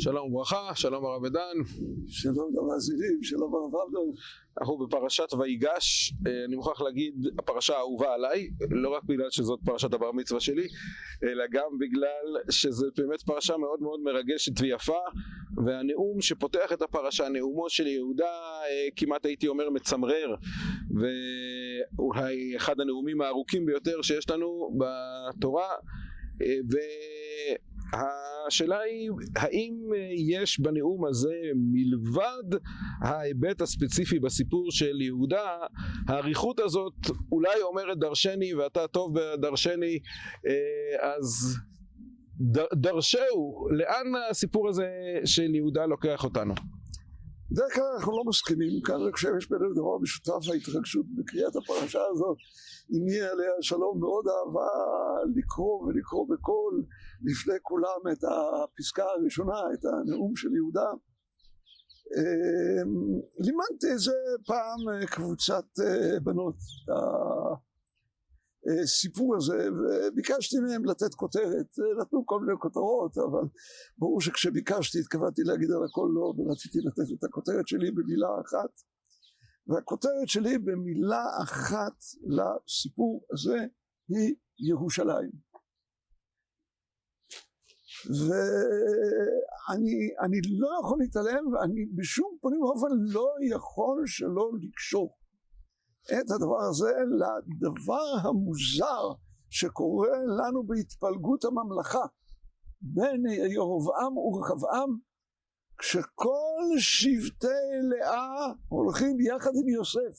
שלום וברכה, שלום הרב עדן. שלום למאזינים, שלום הרב עבדון. אנחנו בפרשת ויגש. אני מוכרח להגיד, הפרשה האהובה עליי, לא רק בגלל שזאת פרשת הבר מצווה שלי, אלא גם בגלל שזה באמת פרשה מאוד מאוד מרגשת ויפה, והנאום שפותח את הפרשה, נאומו של יהודה, כמעט הייתי אומר מצמרר, ואולי אחד הנאומים הארוכים ביותר שיש לנו בתורה. והשאלה היא, האם יש בנאום הזה מלבד ההיבט הספציפי בסיפור של יהודה, האריכות הזאת אולי אומרת דרשני, ואתה טוב בדרשני, אז דרשהו, לאן הסיפור הזה של יהודה לוקח אותנו? בדרך כלל אנחנו לא מסכימים כאן, אני חושב שיש בינינו דבר משותף, ההתרגשות בקריאת הפרשה הזאת. אמי עליה שלום מאוד אהבה לקרוא ולקרוא בקול לפני כולם את הפסקה הראשונה, את הנאום של יהודה. לימדתי את זה פעם קבוצת בנות, הסיפור הזה, וביקשתי מהם לתת כותרת. נתנו כל מיני כותרות, אבל ברור שכשביקשתי התכוונתי להגיד על הכל לא, ורציתי לתת את הכותרת שלי במילה אחת. והכותרת שלי במילה אחת לסיפור הזה היא ירושלים. ואני לא יכול להתעלם, ואני בשום פנים ואופן לא יכול שלא לקשור את הדבר הזה לדבר המוזר שקורה לנו בהתפלגות הממלכה בין ירבעם ורחבעם, כשכל שבטי לאה הולכים יחד עם יוסף,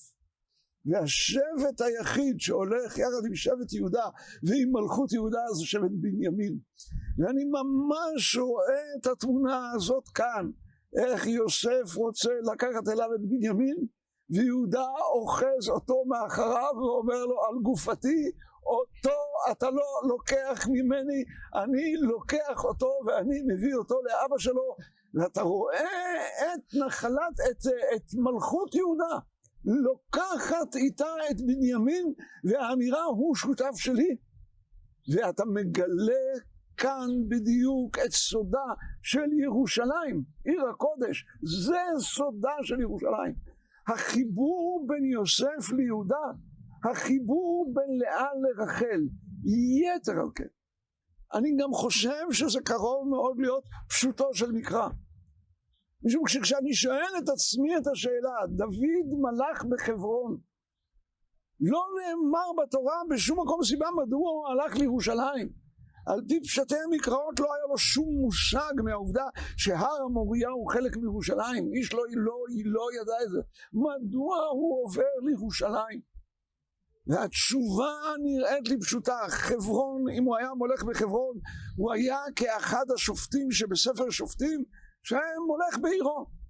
והשבט היחיד שהולך יחד עם שבט יהודה ועם מלכות יהודה זה שבט בנימין. ואני ממש רואה את התמונה הזאת כאן, איך יוסף רוצה לקחת אליו את בנימין, ויהודה אוחז אותו מאחריו ואומר לו, על גופתי אותו אתה לא לוקח ממני, אני לוקח אותו ואני מביא אותו לאבא שלו. ואתה רואה את נחלת, את מלכות יהודה לוקחת איתה את בנימין, והאמירה הוא שותף שלי. ואתה מגלה כאן בדיוק את סודה של ירושלים, עיר הקודש. זה סודה של ירושלים, החיבור בין יוסף ליהודה, החיבור בין לאה לרחל. יתר על כן, אני גם חושב שזה קרוב מאוד להיות פשוטו של מקרא, משום שכשאני שואל את עצמי את השאלה, דוד מלך בחברון, לא נאמר בתורה בשום מקום סיבה מדוע הוא הלך לירושלים. על פי פשטי המקראות לא היה לו שום מושג מהעובדה שהר המוריה הוא חלק מירושלים. איש לא ידע את זה. מדוע הוא עובר לירושלים? והתשובה נראית לי פשוטה. חברון, אם הוא היה מולך בחברון, הוא היה כאחד השופטים שבספר שופטים שהם מולך בעירו.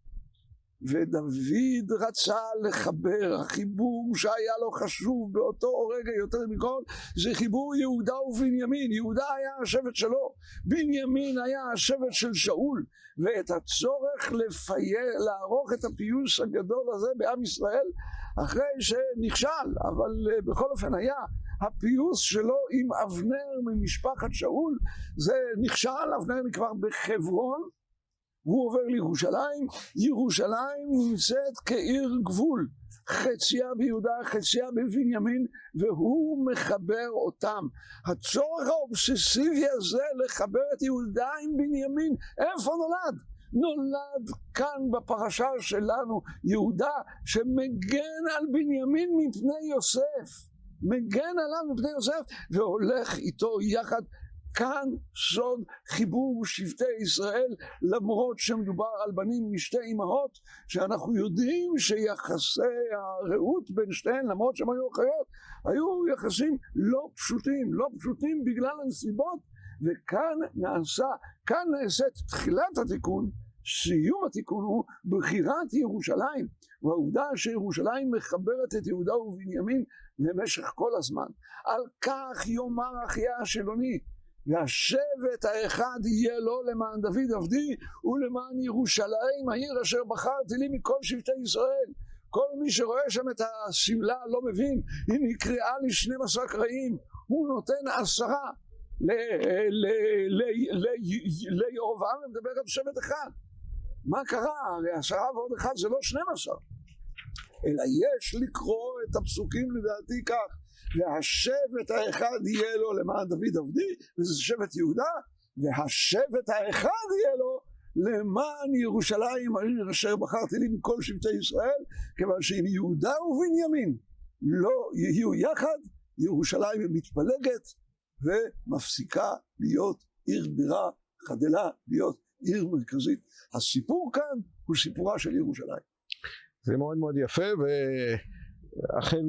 ודוד רצה לחבר, החיבור שהיה לו חשוב באותו רגע יותר מכל, זה חיבור יהודה ובנימין. יהודה היה השבט שלו, בנימין היה השבט של שאול, ואת הצורך לערוך את הפיוס הגדול הזה בעם ישראל, אחרי שנכשל, אבל בכל אופן היה הפיוס שלו עם אבנר ממשפחת שאול, זה נכשל, אבנר נקבר בחברון, הוא עובר לירושלים. ירושלים נמצאת כעיר גבול, חציה ביהודה, חציה בבנימין, והוא מחבר אותם. הצורך האובססיבי הזה לחבר את יהודה עם בנימין, איפה נולד? נולד כאן בפרשה שלנו, יהודה שמגן על בנימין מפני יוסף, מגן עליו מפני יוסף והולך איתו יחד. כאן סוד חיבור שבטי ישראל, למרות שמדובר על בנים משתי אמהות, שאנחנו יודעים שיחסי הרעות בין שתיהן, למרות שהם היו אחיות, היו יחסים לא פשוטים בגלל הנסיבות. וכאן נעשית תחילת התיקון, סיום התיקון הוא בחירת ירושלים, והעובדה שירושלים מחברת את יהודה ובנימין למשך כל הזמן. על כך יאמר אחיה השילוני, והשבט האחד יהיה לו למען דוד עבדי ולמען ירושלים העיר אשר בחרתי לי מכל שבטי ישראל. כל מי שרואה שם את הסמלה לא מבין, היא נקראה לי 12 קרעים, הוא נותן 10, לירבעם מדבר על שבט אחד. מה קרה? הרי 10 ועוד 1 זה לא 12, אלא יש לקרוא את הפסוקים לדעתי כך: והשבט האחד יהיה לו למען דוד עבדי, וזה שבט יהודה, והשבט האחד יהיה לו למען ירושלים העיר אשר בחרתי לי מכל שבטי ישראל, כיוון שאם יהודה ובנימין לא יהיו יחד, ירושלים מתפלגת ומפסיקה להיות עיר בירה, חדלה להיות עיר מרכזית. הסיפור כאן הוא סיפורה של ירושלים. זה מאוד מאוד יפה, ואכן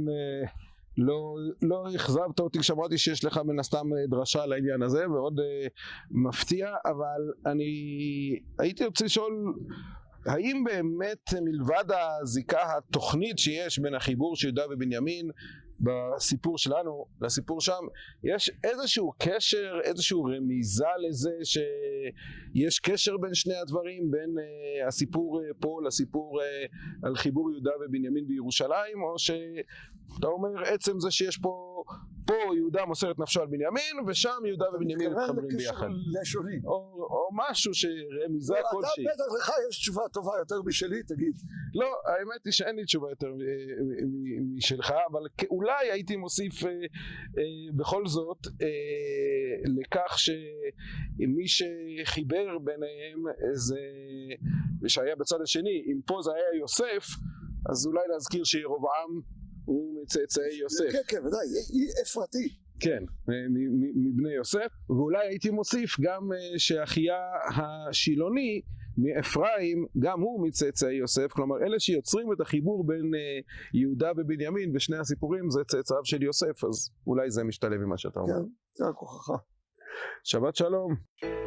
לא אכזבת אותי כשאמרתי שיש לך מן הסתם דרשה לעניין הזה, מאוד מפתיע. אבל אני הייתי רוצה לשאול, האם באמת מלבד הזיקה התוכנית שיש בין החיבור של יהודה ובנימין בסיפור שלנו לסיפור שם, יש איזשהו קשר, איזשהו רמיזה לזה שיש קשר בין שני הדברים, בין הסיפור פה לסיפור על חיבור יהודה ובנימין בירושלים, או שאתה אומר עצם זה שיש פה יהודה מוסר את נפשו על בנימין ושם יהודה ובנימין מתחברים ביחד, או משהו שרמיזה כלשהי? אתה בטח לך יש תשובה טובה יותר משלי, תגיד. לא, האמת היא שאין לי תשובה יותר משלך, אבל אולי הייתי מוסיף בכל זאת לכך שמי שחיבר ביניהם זה שהיה בצד השני, אם פה זה היה יוסף, אז אולי להזכיר שירבעם הוא מצאצאי יוסף. כן, כן, ודאי, אפרתי. כן, מבני יוסף. ואולי הייתי מוסיף גם שאחיה השילוני מאפרים, גם הוא מצאצאי יוסף, כלומר אלה שיוצרים את החיבור בין יהודה ובנימין בשני הסיפורים זה צאצאיו של יוסף, אז אולי זה משתלב עם מה שאתה אומר. כן, זה הכוחך. שבת שלום.